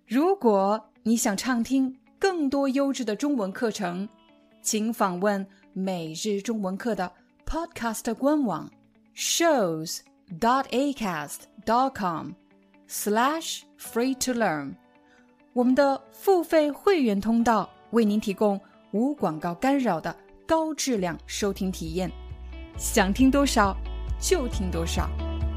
如果你想畅听更多优质的中文课程，请访问每日中文课的 Podcast 官网 shows.acast.com/free-to-learn。我们的付费会员通道为您提供无广告干扰的高质量收听体验，想听多少就听多少。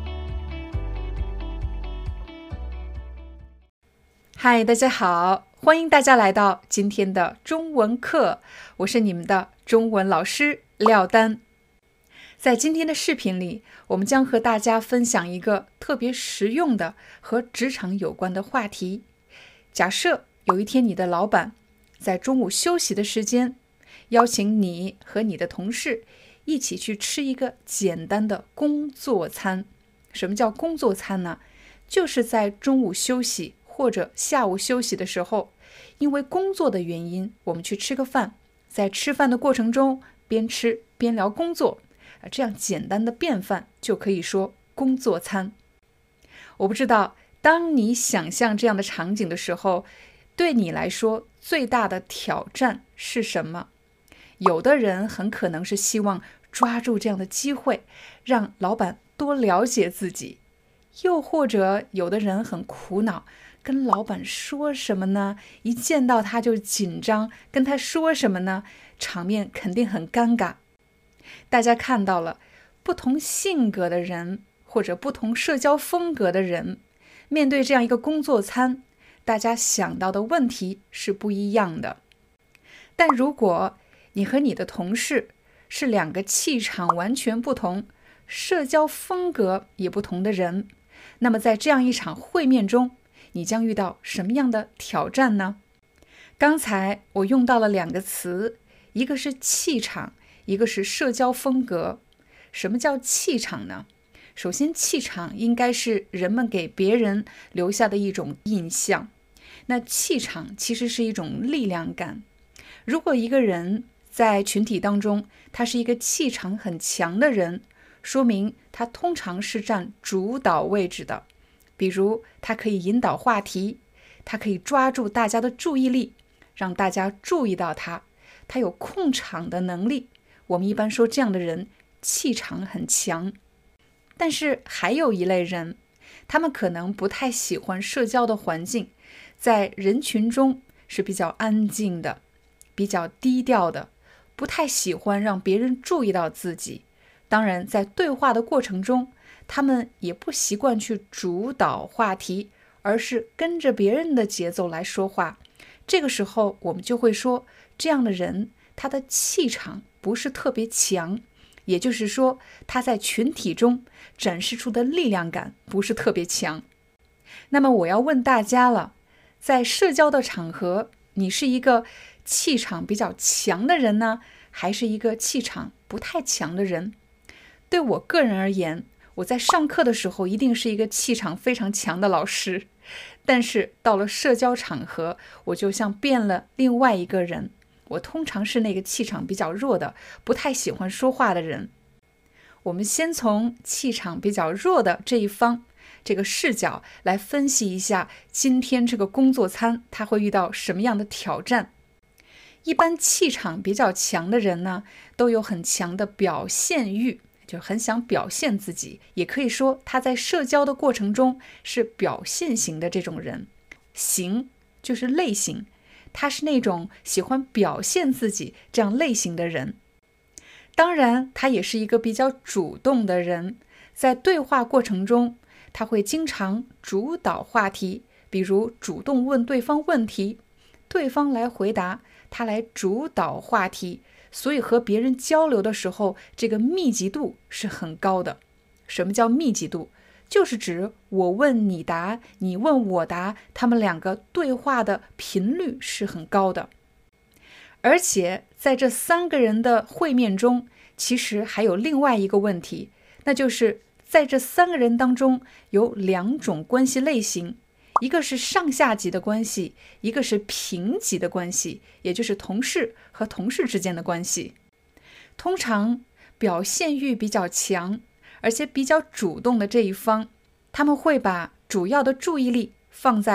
嗨，大家好，欢迎大家来到今天的中文课，我是你们的中文老师廖丹。在今天的视频里，我们将和大家分享一个特别实用的和职场有关的话题。假设有一天你的老板在中午休息的时间，邀请你和你的同事一起去吃一个简单的工作餐。什么叫工作餐呢？就是在中午休息或者下午休息的时候，因为工作的原因，我们去吃个饭，在吃饭的过程中边吃边聊工作，这样简单的便饭就可以说工作餐。我不知道当你想象这样的场景的时候，对你来说最大的挑战是什么？有的人很可能是希望抓住这样的机会，让老板多了解自己，又或者有的人很苦恼，跟老板说什么呢？一见到他就紧张，跟他说什么呢？场面肯定很尴尬。大家看到了，不同性格的人或者不同社交风格的人，面对这样一个工作餐，大家想到的问题是不一样的。但如果你和你的同事是两个气场完全不同、社交风格也不同的人，那么在这样一场会面中，你将遇到什么样的挑战呢？刚才我用到了两个词，一个是气场，一个是社交风格。什么叫气场呢？首先，气场应该是人们给别人留下的一种印象。那气场其实是一种力量感。如果一个人在群体当中，他是一个气场很强的人，说明他通常是占主导位置的。比如他可以引导话题，他可以抓住大家的注意力，让大家注意到他，他有控场的能力。我们一般说这样的人气场很强。但是还有一类人，他们可能不太喜欢社交的环境，在人群中是比较安静的，比较低调的，不太喜欢让别人注意到自己。当然，在对话的过程中，他们也不习惯去主导话题，而是跟着别人的节奏来说话。这个时候，我们就会说，这样的人，他的气场不是特别强，也就是说，他在群体中展示出的力量感不是特别强。那么我要问大家了，在社交的场合，你是一个气场比较强的人呢，还是一个气场不太强的人？对我个人而言，我在上课的时候一定是一个气场非常强的老师，但是到了社交场合，我就像变了另外一个人。我通常是那个气场比较弱的，不太喜欢说话的人。我们先从气场比较弱的这一方，这个视角来分析一下今天这个工作餐它会遇到什么样的挑战。一般气场比较强的人呢，都有很强的表现欲，就很想表现自己，也可以说他在社交的过程中是表现型的这种人。型就是类型，他是那种喜欢表现自己这样类型的人。当然，他也是一个比较主动的人，在对话过程中，他会经常主导话题，比如主动问对方问题，对方来回答，他来主导话题。所以和别人交流的时候，这个密集度是很高的。什么叫密集度？就是指我问你答，你问我答，他们两个对话的频率是很高的。而且在这三个人的会面中，其实还有另外一个问题，那就是在这三个人当中有两种关系类型，一个是上下级的关系，一个是平级的关系，也就是同事和同事之间的关系。通常表现欲比较强，而且比较主动的这一方，他们会把主要的注意力放在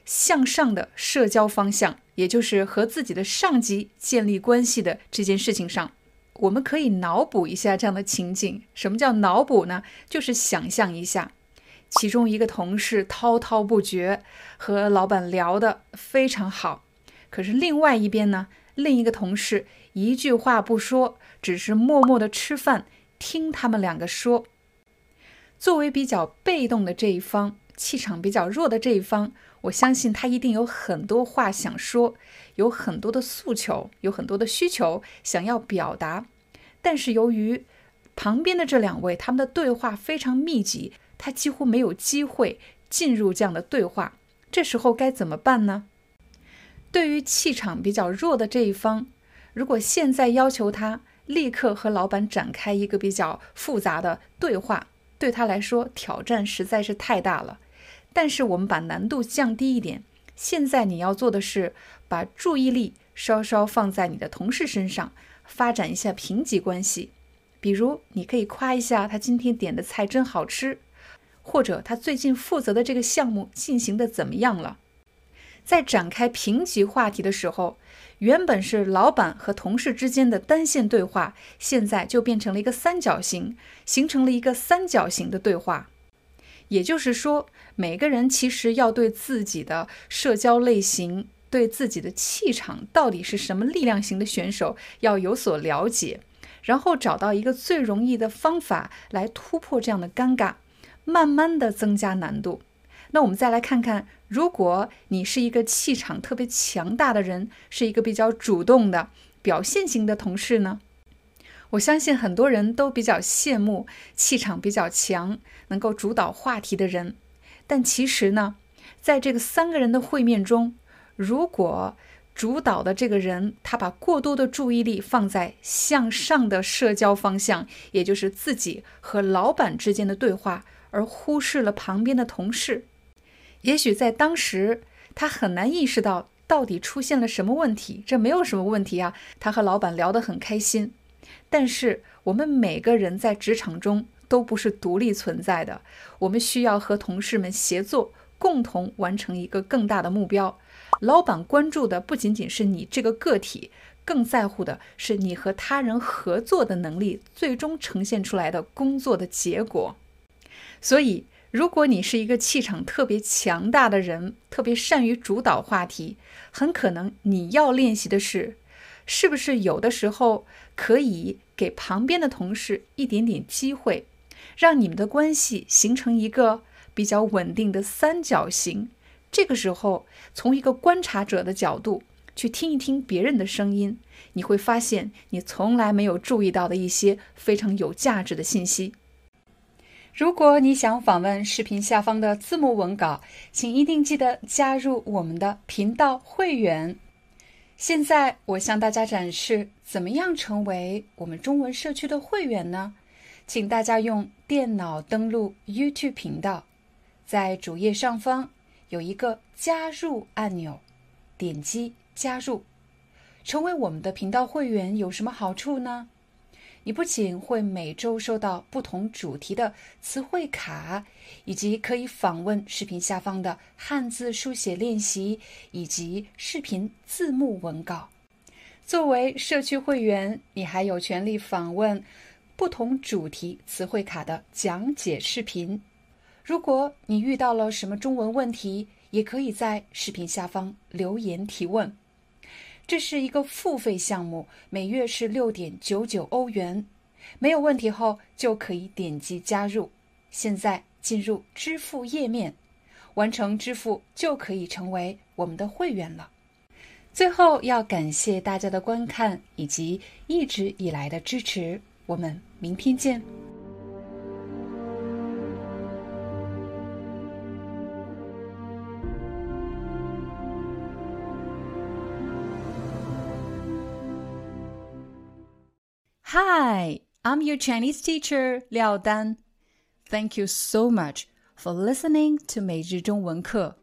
向上的社交方向，也就是和自己的上级建立关系的这件事情上，我们可以脑补一下这样的情景。什么叫脑补呢？就是想象一下，其中一个同事滔滔不绝，和老板聊得非常好，可是另外一边呢，另一个同事一句话不说，只是默默地吃饭，听他们两个说。作为比较被动的这一方，气场比较弱的这一方，我相信他一定有很多话想说，有很多的诉求，有很多的需求想要表达。但是由于旁边的这两位，他们的对话非常密集，他几乎没有机会进入这样的对话。这时候该怎么办呢？对于气场比较弱的这一方，如果现在要求他立刻和老板展开一个比较复杂的对话，对他来说挑战实在是太大了。但是我们把难度降低一点，现在你要做的是把注意力稍稍放在你的同事身上，发展一下平级关系。比如你可以夸一下他今天点的菜真好吃，或者他最近负责的这个项目进行的怎么样了。在展开平级话题的时候，原本是老板和同事之间的单线对话，现在就变成了一个三角形，形成了一个三角形的对话。也就是说，每个人其实要对自己的社交类型，对自己的气场到底是什么力量型的选手要有所了解，然后找到一个最容易的方法来突破这样的尴尬，慢慢的增加难度。那我们再来看看，如果你是一个气场特别强大的人，是一个比较主动的表现型的同事呢？我相信很多人都比较羡慕气场比较强，能够主导话题的人。但其实呢，在这个三个人的会面中，如果主导的这个人他把过多的注意力放在向上的社交方向，也就是自己和老板之间的对话，而忽视了旁边的同事，也许在当时他很难意识到到底出现了什么问题。这没有什么问题啊，他和老板聊得很开心。但是我们每个人在职场中都不是独立存在的，我们需要和同事们协作，共同完成一个更大的目标。老板关注的不仅仅是你这个个体，更在乎的是你和他人合作的能力最终呈现出来的工作的结果。所以如果你是一个气场特别强大的人，特别善于主导话题，很可能你要练习的是不是有的时候可以给旁边的同事一点点机会，让你们的关系形成一个比较稳定的三角形。这个时候从一个观察者的角度去听一听别人的声音，你会发现你从来没有注意到的一些非常有价值的信息。如果你想访问视频下方的字幕文稿，请一定记得加入我们的频道会员。现在我向大家展示怎么样成为我们中文社区的会员呢？请大家用电脑登录 YouTube 频道，在主页上方有一个加入按钮，点击加入。成为我们的频道会员有什么好处呢？你不仅会每周收到不同主题的词汇卡，以及可以访问视频下方的汉字书写练习以及视频字幕文稿。作为社区会员，你还有权利访问不同主题词汇卡的讲解视频。如果你遇到了什么中文问题，也可以在视频下方留言提问。这是一个付费项目，每月是6.99欧元。没有问题后就可以点击加入。现在进入支付页面，完成支付就可以成为我们的会员了。最后要感谢大家的观看以及一直以来的支持，我们明天见。Hi, I'm your Chinese teacher, Liao Dan. Thank you so much for listening to 每日中文课.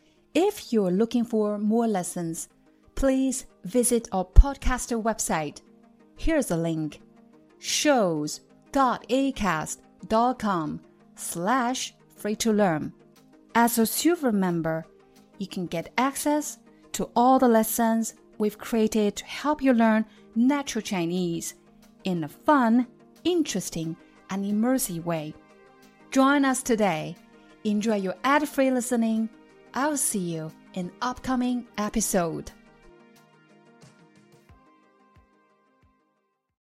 If you're looking for more lessons, please visit our podcaster website. Here's a link: shows.acast.com/free-to-learn. As a silver member, you can get access to all the lessons we've created to help you learn natural Chinese in a fun, interesting, and immersive way. Join us today. Enjoy your ad-free listening. I'll see you in upcoming episode.